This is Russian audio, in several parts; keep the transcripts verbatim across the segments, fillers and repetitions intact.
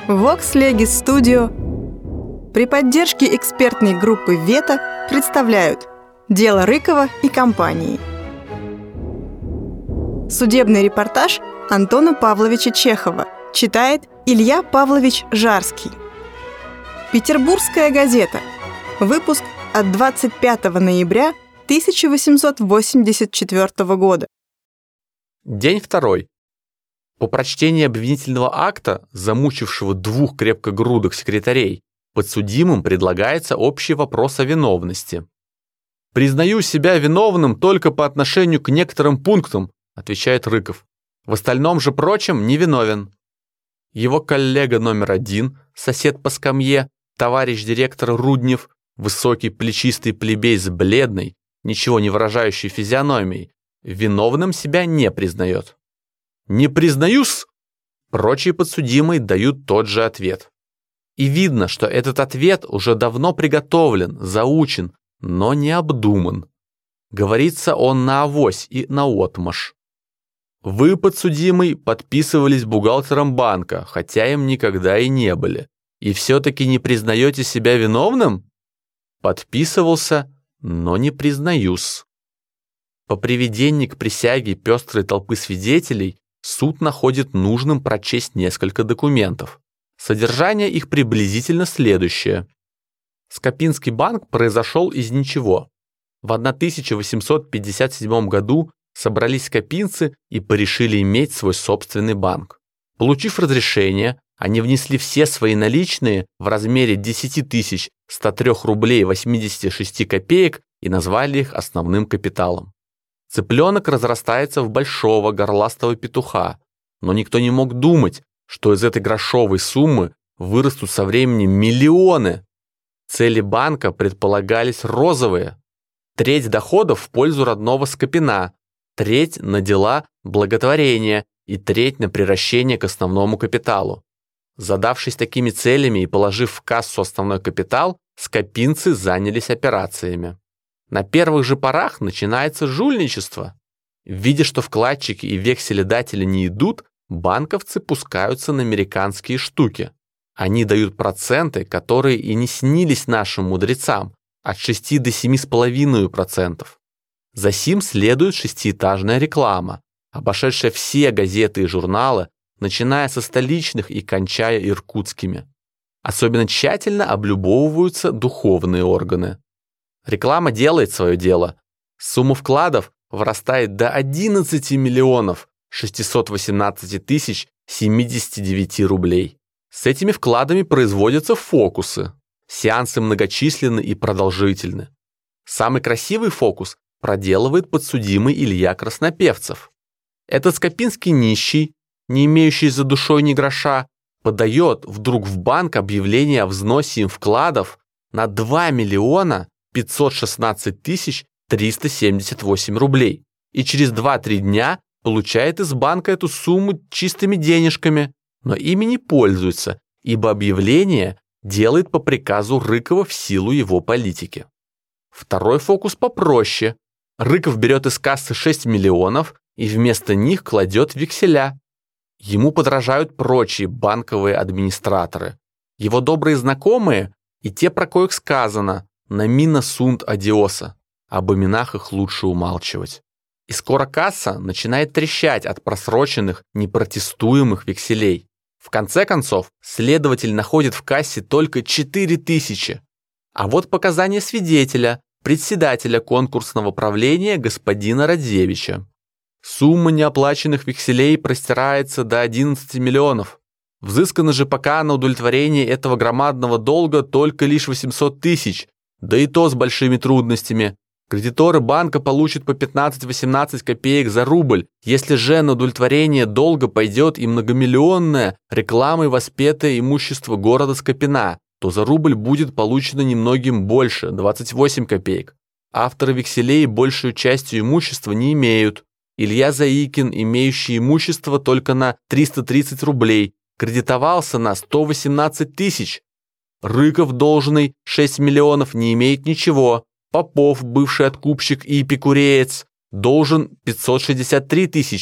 Vox Legis Studio при поддержке экспертной группы «Вета» представляют «Дело Рыкова и компании». Судебный репортаж Антона Павловича Чехова читает Илья Павлович Жарский. Петербургская газета. Выпуск от двадцать пятого ноября тысяча восемьсот восемьдесят четвёртого года. День второй. По прочтении обвинительного акта, замучившего двух крепкогрудых секретарей, подсудимым предлагается общий вопрос о виновности. «Признаю себя виновным только по отношению к некоторым пунктам», отвечает Рыков. «В остальном же прочем невиновен». Его коллега номер один, сосед по скамье, товарищ директор Руднев, высокий плечистый плебей с бледной, ничего не выражающей физиономией, виновным себя не признает. «Не признаюсь!» Прочие подсудимые дают тот же ответ. И видно, что этот ответ уже давно приготовлен, заучен, но не обдуман. Говорится он наавось и наотмашь. Вы, подсудимый, подписывались бухгалтером банка, хотя им никогда и не были, и все-таки не признаете себя виновным? Подписывался, но не признаюсь. По приведении к присяге пестрой толпы свидетелей суд находит нужным прочесть несколько документов. Содержание их приблизительно следующее. Скопинский банк произошел из ничего. В тысяча восемьсот пятьдесят седьмом году собрались скопинцы и порешили иметь свой собственный банк. Получив разрешение, они внесли все свои наличные в размере десять тысяч сто три рублей восемьдесят шесть копеек и назвали их основным капиталом. Цыпленок разрастается в большого горластого петуха, но никто не мог думать, что из этой грошовой суммы вырастут со временем миллионы. Цели банка предполагались розовые. Треть доходов в пользу родного Скопина, треть на дела благотворения и треть на приращение к основному капиталу. Задавшись такими целями и положив в кассу основной капитал, скопинцы занялись операциями. На первых же порах начинается жульничество. Видя, что вкладчики и векселедатели не идут, банковцы пускаются на американские штуки. Они дают проценты, которые и не снились нашим мудрецам, от шести до семи с половиной процентов. За сим следует шестиэтажная реклама, обошедшая все газеты и журналы, начиная со столичных и кончая иркутскими. Особенно тщательно облюбовываются духовные органы. Реклама делает свое дело. Сумма вкладов вырастает до одиннадцати миллионов шестисот восемнадцати тысяч семидесяти девяти рублей. С этими вкладами производятся фокусы. Сеансы многочисленны и продолжительны. Самый красивый фокус проделывает подсудимый Илья Краснопевцев. Этот скопинский нищий, не имеющий за душой ни гроша, подает вдруг в банк объявление о взносе им вкладов на два миллиона пятьсот шестнадцать тысяч триста семьдесят восемь рублей и через два-три дня получает из банка эту сумму чистыми денежками, но ими не пользуется, ибо объявление делает по приказу Рыкова в силу его политики. Второй фокус попроще. Рыков берет из кассы шесть миллионов и вместо них кладет векселя. Ему подражают прочие банковые администраторы. Его добрые знакомые и те, про коих сказано «намина сунт адиоса». Об именах их лучше умалчивать. И скоро касса начинает трещать от просроченных, непротестуемых векселей. В конце концов, следователь находит в кассе только четыре тысячи. А вот показания свидетеля, председателя конкурсного правления господина Радзевича. Сумма неоплаченных векселей простирается до одиннадцати миллионов. Взыскано же пока на удовлетворение этого громадного долга только лишь восемьсот тысяч, да и то с большими трудностями. Кредиторы банка получат по пятнадцать-восемнадцать копеек за рубль, если же на удовлетворение долга пойдет и многомиллионное рекламой воспетое имущество города Скопина, то за рубль будет получено немногим больше, двадцать восемь копеек. Авторы векселей большую частью имущества не имеют. Илья Заикин, имеющий имущество только на триста тридцать рублей, кредитовался на сто восемнадцать тысяч. Рыков, должный шесть миллионов, не имеет ничего. Попов, бывший откупщик и эпикуреец, должен пятьсот шестьдесят три тысячи,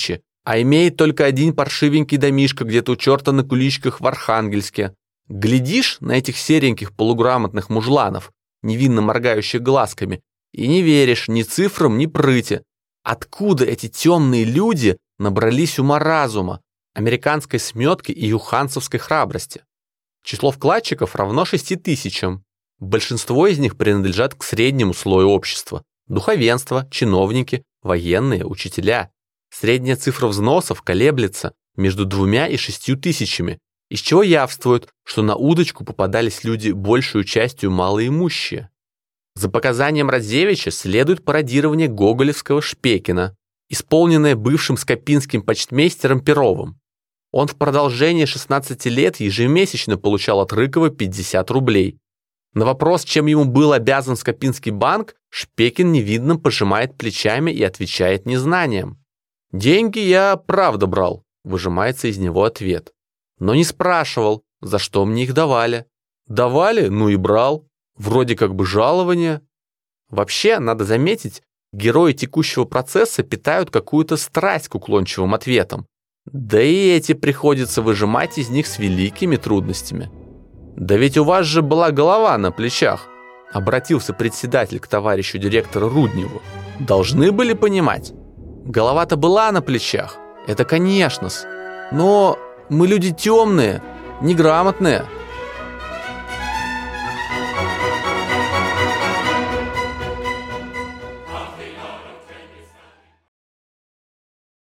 а имеет только один паршивенький домишко где-то у черта на куличках в Архангельске. Глядишь на этих сереньких полуграмотных мужланов, невинно моргающих глазками, и не веришь ни цифрам, ни прыти. Откуда эти темные люди набрались ума-разума, американской сметки и юхансовской храбрости? Число вкладчиков равно шести тысячам. Большинство из них принадлежат к среднему слою общества. Духовенство, чиновники, военные, учителя. Средняя цифра взносов колеблется между двумя и шестью тысячами, из чего явствует, что на удочку попадались люди большую частью малоимущие. За показанием Радзевича следует пародирование гоголевского Шпекина, исполненное бывшим скопинским почтмейстером Перовым. Он в продолжение шестнадцати лет ежемесячно получал от Рыкова пятьдесят рублей. На вопрос, чем ему был обязан Скопинский банк, Шпекин невидно пожимает плечами и отвечает незнанием. «Деньги я правда брал», — выжимается из него ответ. «Но не спрашивал, за что мне их давали. Давали, ну и брал. Вроде как бы жалование». Вообще, надо заметить, герои текущего процесса питают какую-то страсть к уклончивым ответам. Да и эти приходится выжимать из них с великими трудностями. «Да ведь у вас же была голова на плечах», — обратился председатель к товарищу директора Рудневу. «Должны были понимать. Голова-то была на плечах, это конечно-с. Но мы люди темные, неграмотные,